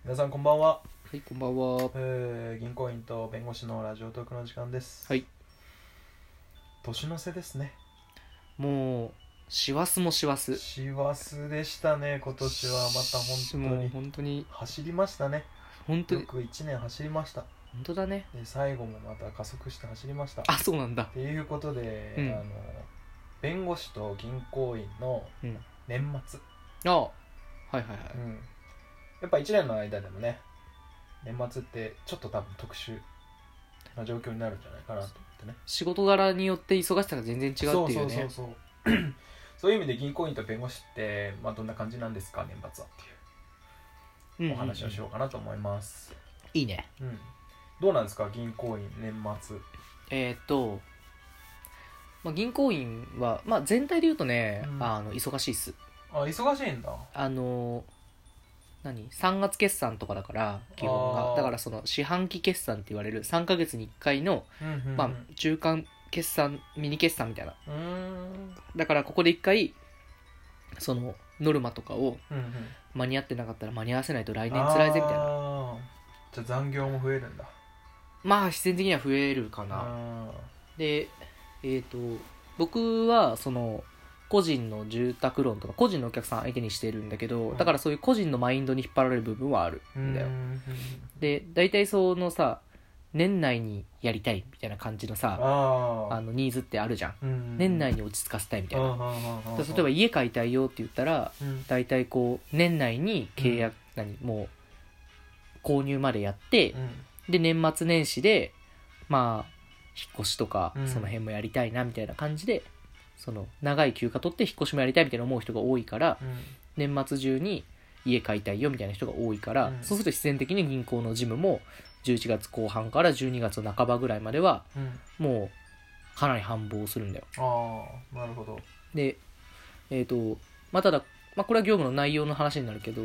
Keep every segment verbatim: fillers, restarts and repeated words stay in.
皆さんこんばんは。 はい、こんばんは。 えー、銀行員と弁護士のラジオトークの時間です。 はい。 年の瀬ですね。 もう師走も師走。 師走でしたね。今年はまた本当もうに本当に走りましたね。 本当によくいちねん走りました。 本当だね。 で最後もまた加速して走りました。 あ、そうなんだ。 っていうことで、 うん、 あの弁護士と銀行員の年末、 うん、あ、はいはいはい、 うん、やっぱいちねんの間でもね、年末ってちょっと多分特殊な状況になるんじゃないかなと思ってね。 仕事柄によって忙しさが全然違うっていうね。 そうそうそうそうそういう意味で銀行員と弁護士って、まあ、どんな感じなんですか、年末はっていうお話をしようかなと思います。 いいね、 うん、どうなんですか銀行員年末。 えー、っと、まあ、銀行員は、まあ、全体で言うとね、 うん、 あの忙しいっす。 あ、忙しいんだ。 あの何さんがつ決算とかだから基本がだからその四半期決算って言われるさんかげつにいっかいの、 うんうんうん、 まあ、中間決算ミニ決算みたいな。 うーん、 だからここでいっかいそのノルマとかをうんうん、 間に合ってなかったら間に合わせないと来年辛いぜみたいな。 あ、じゃあ残業も増えるんだ。 まあ必然的には増えるかな。でえっ、ー、と僕はその個人の住宅ローンとか個人のお客さん相手にしてるんだけど、だからそういう個人のマインドに引っ張られる部分はあるんだよ。で大体そのさ、年内にやりたいみたいな感じのさ、ああのニーズってあるじゃん、うん、年内に落ち着かせたいみたいな。例えば家買いたいよって言ったら、うん、大体こう年内に契約、うん、何もう購入までやって、うん、で年末年始でまあ引っ越しとかその辺もやりたいなみたいな感じで、その長い休暇取って引っ越しもやりたいみたいな思う人が多いから、うん、年末中に家買いたいよみたいな人が多いから、うん、そうすると必然的に銀行の事務もじゅういちがつこう半からじゅうにがつの半ばぐらいまでは、うん、もうかなり繁忙するんだよ。 ああ、なるほど。 でえっ、ー、とまあただ、まあ、これは業務の内容の話になるけど、うん、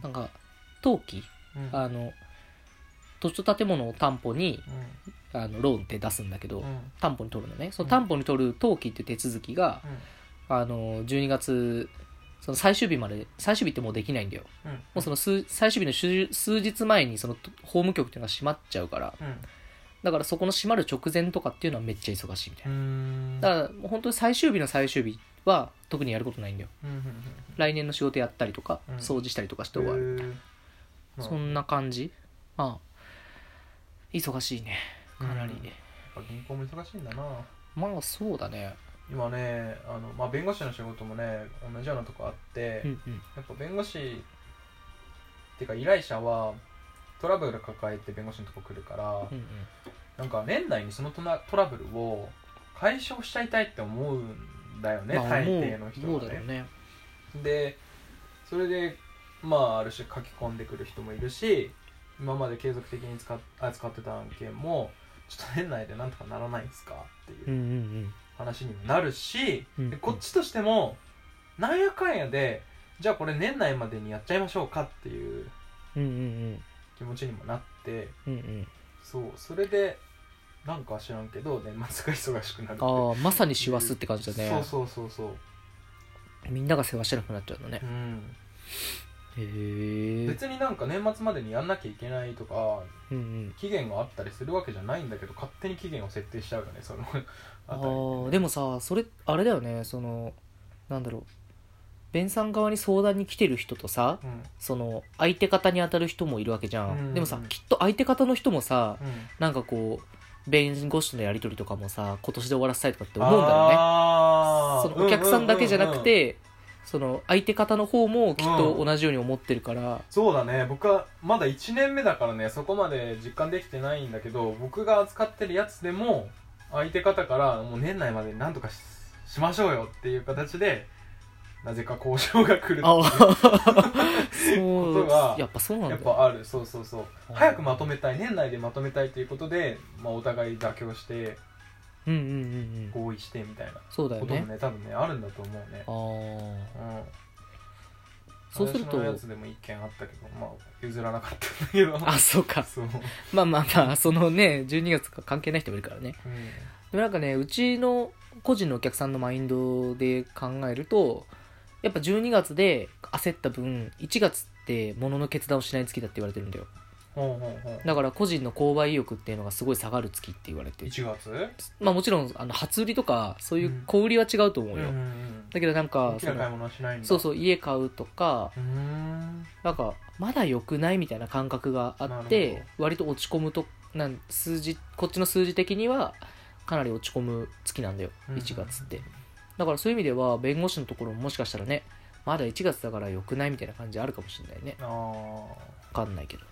なんか登記、うん、あの土地と建物を担保に、うん、あのローンって出すんだけど、うん、担保に取るのね。その担保に取る登記っていう手続きが、うん、あのじゅうにがつその最終日まで、最終日ってもうできないんだよ、うん、もうその数最終日の数、数日前にその法務局っていうのが閉まっちゃうから、うん、だからそこの閉まる直前とかっていうのはめっちゃ忙しいみたいな。うーん、だからもう本当に最終日の最終日は特にやることないんだよ、うんうんうん、来年の仕事やったりとか、うん、掃除したりとかして終わる、そんな感じ。まあ忙しいね、かなり、うん、やっぱ銀行も忙しいんだな。 まあそうだね。 今ね、あの、まあ、弁護士の仕事もね同じようなとこあって、うんうん、やっぱ弁護士っていうか依頼者はトラブル抱えて弁護士のとこ来るから、うんうん、なんか年内にそのトラブルを解消しちゃいたいって思うんだよね、まあ、大抵の人は ね, ねでそれでまあある種書き込んでくる人もいるし、今まで継続的に使っ扱ってた案件もちょっと年内でなんとかならないんですかっていう話にもなるし、うんうん、でこっちとしてもなんやかんやでじゃあこれ年内までにやっちゃいましょうかっていう気持ちにもなって、うんうん、そうそれでなんか知らんけど年末が忙しくなるって。 ああ、まさに師走って感じだね。 そうそうそうそう、 みんなが世話しなくなっちゃうのね、うん、へえ。別になんか年末までにやんなきゃいけないとか、うんうん、期限があったりするわけじゃないんだけど勝手に期限を設定しちゃうよね、そのあたりね。 あでもさ、それあれだよね、そのなんだろう、弁さん側に相談に来てる人とさ、うん、その相手方に当たる人もいるわけじゃん、うんうん、でもさきっと相手方の人もさ、うん、なんかこう弁護士のやり取りとかもさ今年で終わらせたいとかって思うんだろうね。そのお客さんだけじゃなくて、うんうんうんうん、その相手方の方もきっと同じように思ってるから、うん、 そうだね。僕はまだいちねんめだからねそこまで実感できてないんだけど、僕が扱ってるやつでも相手方からもう年内までなんとか し, しましょうよっていう形でなぜか交渉が来るっていうことがやっぱそうなんだ、 やっぱある。そうそうそう、早くまとめたい、年内でまとめたいということで、まあ、お互い妥協してうんうんうんうん、 合意してみたいなそうだよね、 こともね多分ねあるんだと思うね。あ、うん、 そうすると私のやつでも一件あったけど、まあ譲らなかったんだけどあ、そうかそうまあまあまあそのねじゅうにがつか関係ない人もいるからね、うん、でもなんかねうちの個人のお客さんのマインドで考えるとやっぱじゅうにがつで焦った分いちがつって物の決断をしない月だって言われてるんだよ。 ほうほうほう。 だから個人の購買意欲っていうのがすごい下がる月って言われてる。 いちがつ？ まあもちろんあの初売りとかそういう小売りは違うと思うよ、 うんうんうん、 だけどなんか大きな買い物はしないんだ。 そうそう家買うとか、 うーん、 なんかまだ良くないみたいな感覚があって割と落ち込むとなん数字こっちの数字的にはかなり落ち込む月なんだよいちがつって、だからそういう意味では弁護士のところももしかしたらねまだいちがつだから良くないみたいな感じあるかもしれないね。 あ分かんないけど。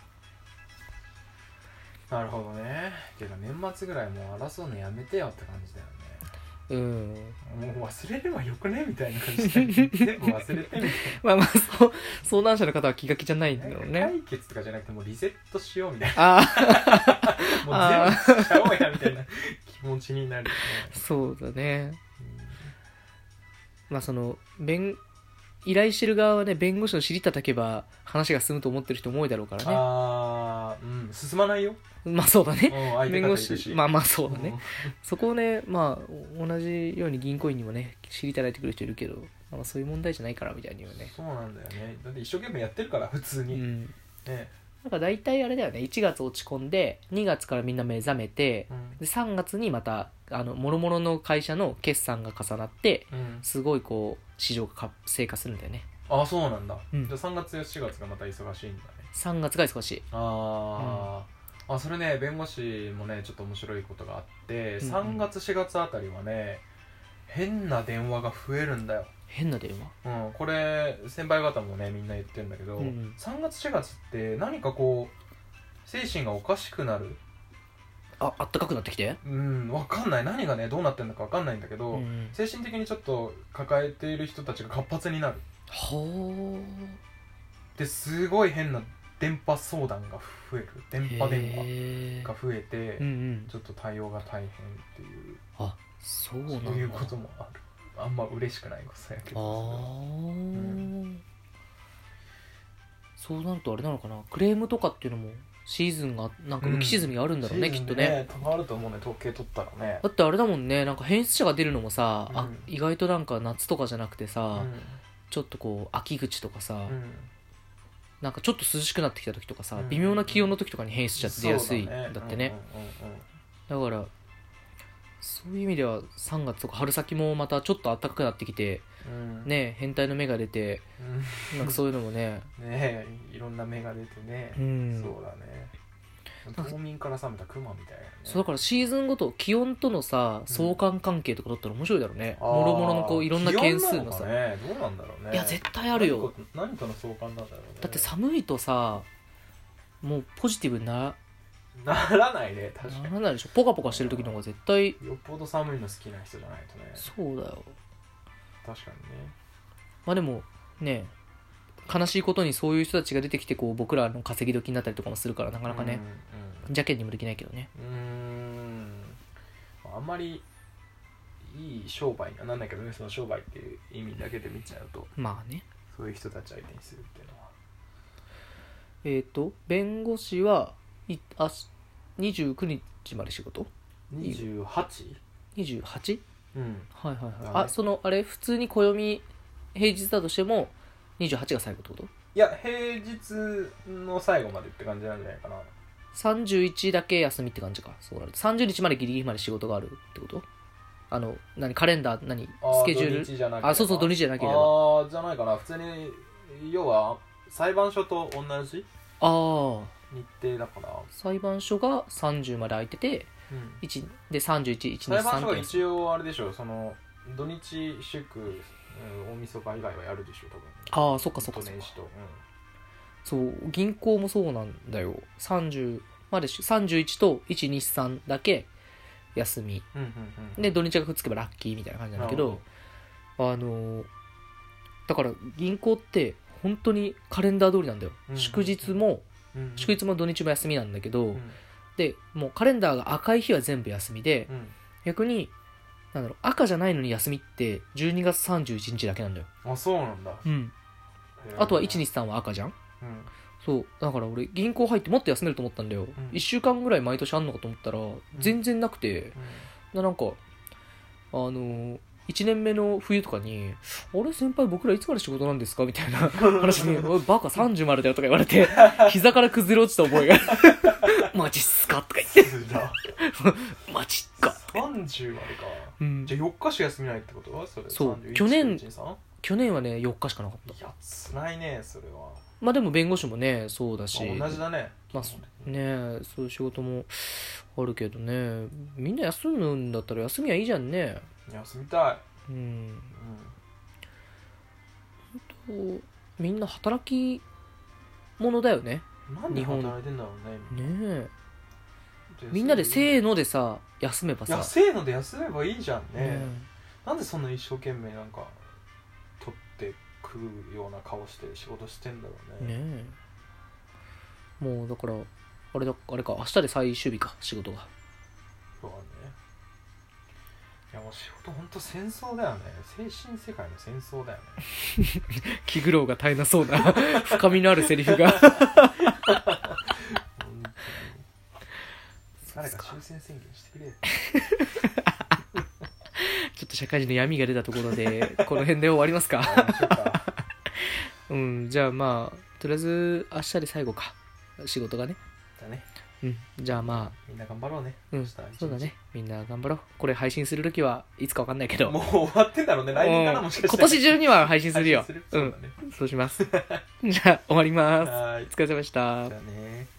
なるほどね。ていうか年末ぐらいもう争うのやめてよって感じだよね。 うんもう忘れればよくねみたいな感じで全部忘れてみたいなまあまあそう相談者の方は気が気じゃないんだろうね。 解決とかじゃなくてもうリセットしようみたいなあもう全部しちゃおうやみたいな気持ちになるよね。 そうだね、うん、まあその弁依頼してる側はね弁護士の尻叩けば話が進むと思ってる人も多いだろうからね。 ああ、うん、進まないよ。 まあそうだね、 うん、 弁護士まあまあそうだね、 うん、 そこをねまあ同じように銀行員にもね尻叩いてくる人いるけど、まあ、そういう問題じゃないからみたいに言うね。 そうなんだよね。だって一生懸命やってるから普通に、うん、ね。 なんか大体あれだよねいちがつ落ち込んでにがつからみんな目覚めて、うん、でさんがつにまたあの諸々の会社の決算が重なって、うん、すごいこう市場が活性化するんだよね。 ああそうなんだ、うん、じゃあさんがつやしがつがまた忙しいんだね。 さんがつが忙しい。 あ、うん、あそれね弁護士もねちょっと面白いことがあって、うんうん、さんがつしがつあたりはね変な電話が増えるんだよ。 変な電話、 うん、これ先輩方もねみんな言ってるんだけど、うんうん、さんがつしがつって何かこう精神がおかしくなる。 あ、あったかくなってきて、 うん分かんない何がねどうなってるのか分かんないんだけど、うん、精神的にちょっと抱えている人たちが活発になる。 ほー。 ですごい変な電波相談が増える。電波電話が増えて、うんうん、ちょっと対応が大変っていう。 あ、そうなんだ。 そういうこともある。あんま嬉しくないことやけど。 あ、うん、そうなるとあれなのかな、クレームとかっていうのもシーズンがなんか浮き沈みがあるんだろうね、うん、きっとね。 たまると思うね統計取ったらね。 だってあれだもんね、なんか変質者が出るのもさ、うん、あ意外となんか夏とかじゃなくてさ、うん、ちょっとこう秋口とかさ、うん、なんかちょっと涼しくなってきた時とかさ、うん、微妙な気温の時とかに変質者って出やすいんだってね。だからそういう意味ではさんがつとか春先もまたちょっと暖かくなってきて、うん、ね変態の芽が出て、うん、なんかそういうのもねねいろんな芽が出てね、うん、そうだね。冬眠から覚めたクマみたいな、ね、 そうだからシーズンごと気温とのさ相関関係とかだったら面白いだろうね、うん、もろもろのこういろんな件数のさ、 ね、どうなんだろうね。 いや絶対あるよ。 何との相関なんだろうね。 だって寒いとさもうポジティブなならないね。確かにならないでしょ。ポカポカしてる時の方が絶対よっぽど寒いの好きな人じゃないとね。 そうだよ確かにね。 まあでもね悲しいことにそういう人たちが出てきてこう僕らの稼ぎ時になったりとかもするからなかなかね、うんうん、邪険にもできないけどね。 うーんあんまりいい商売にはなんないけどね。その商売っていう意味だけで見ちゃうとまあねそういう人たち相手にするっていうのはえっ、ー、と弁護士はいあにじゅうくにちまで仕事にじゅうはち? にじゅうはち? うんはいはいはい、ね、あそのあれ普通に暦平日だとしてもにじゅうはちが最後ってこと？ いや平日の最後までって感じなんじゃないかな。 さんじゅういちだけ休みって感じか。そうなるとさんじゅうにちまでギリギリまで仕事があるってこと？あの何カレンダー何スケジュール土日じゃなければあそうそう土日じゃなければああじゃないかな。普通に要は裁判所と同じあ日程だから裁判所がさんじゅうまで空いてて、うん、いちでさんじゅういち、いち、に、さん裁判所が一応あれでしょその土日祝、うん、大晦日以外はやるでしょ多分。 ああそっかそっかそっか、うん、そう銀行もそうなんだよ。さんじゅうまでさんじゅういちといち、に、さんだけ休み、うんうんうん、で土日がくっつけばラッキーみたいな感じなんだけど、あのだから銀行って本当にカレンダー通りなんだよ、うんうん、祝日も、うんうん、祝日も土日も休みなんだけど、うん、でもうカレンダーが赤い日は全部休みで、うん、逆になんだろう赤じゃないのに休みってじゅうにがつさんじゅういちにちだけなんだよ。 あそうなんだ、 うん、あとはいち、に、さんは赤じゃん、うん、そうだから俺銀行入ってもっと休めると思ったんだよ、うん、いっしゅうかんぐらい毎年あんのかと思ったら全然なくて、うん、なんかあのーいちねんめの冬とかに「あれ先輩僕らいつまで仕事なんですか?」みたいな話に「おいバカさんじゅうまでだよ」とか言われて膝から崩れ落ちた覚えがマジっすかとか言ってマジっかさんじゅうまでか、 うん、 じゃあよっかしか休みないってことそれそう去年去年はねよっかしかなかった。 いや辛いねそれは。 まあでも弁護士もねそうだし、 まあ、同じだね、 まあ、ねそういう仕事もあるけどねみんな休むんだったら休みはいいじゃんね。 休みたい。うん、 うん、みんな働き者だよね。 なんで働いてんだろうね。 ねえみんなでせーのでさ休めばさ、 いやせーので休めばいいじゃんね。 ねなんでそんな一生懸命なんか取ってくるような顔して仕事してんだろうね。 ねえもうだからあれだあれか明日で最終日か仕事が。 そうだね。いやもう仕事ほんと戦争だよね。精神世界の戦争だよね。 気苦労が絶えなそうな深みのあるセリフが誰か終戦宣言してくれ。 ちょっと社会人の闇が出たところでこの辺で終わりますか。うんじゃあまあとりあえず明日で最後か仕事がね。 だね。 うんじゃあまあみんな頑張ろうね。 うんそうだねみんな頑張ろう。これ配信するときはいつか分かんないけどもう終わってんだろうね。来年かなもしかして。 今年中には配信するよ。 するうんそうだね。 そうします。じゃあ終わります。 はいお疲れ様でした。 じゃあね。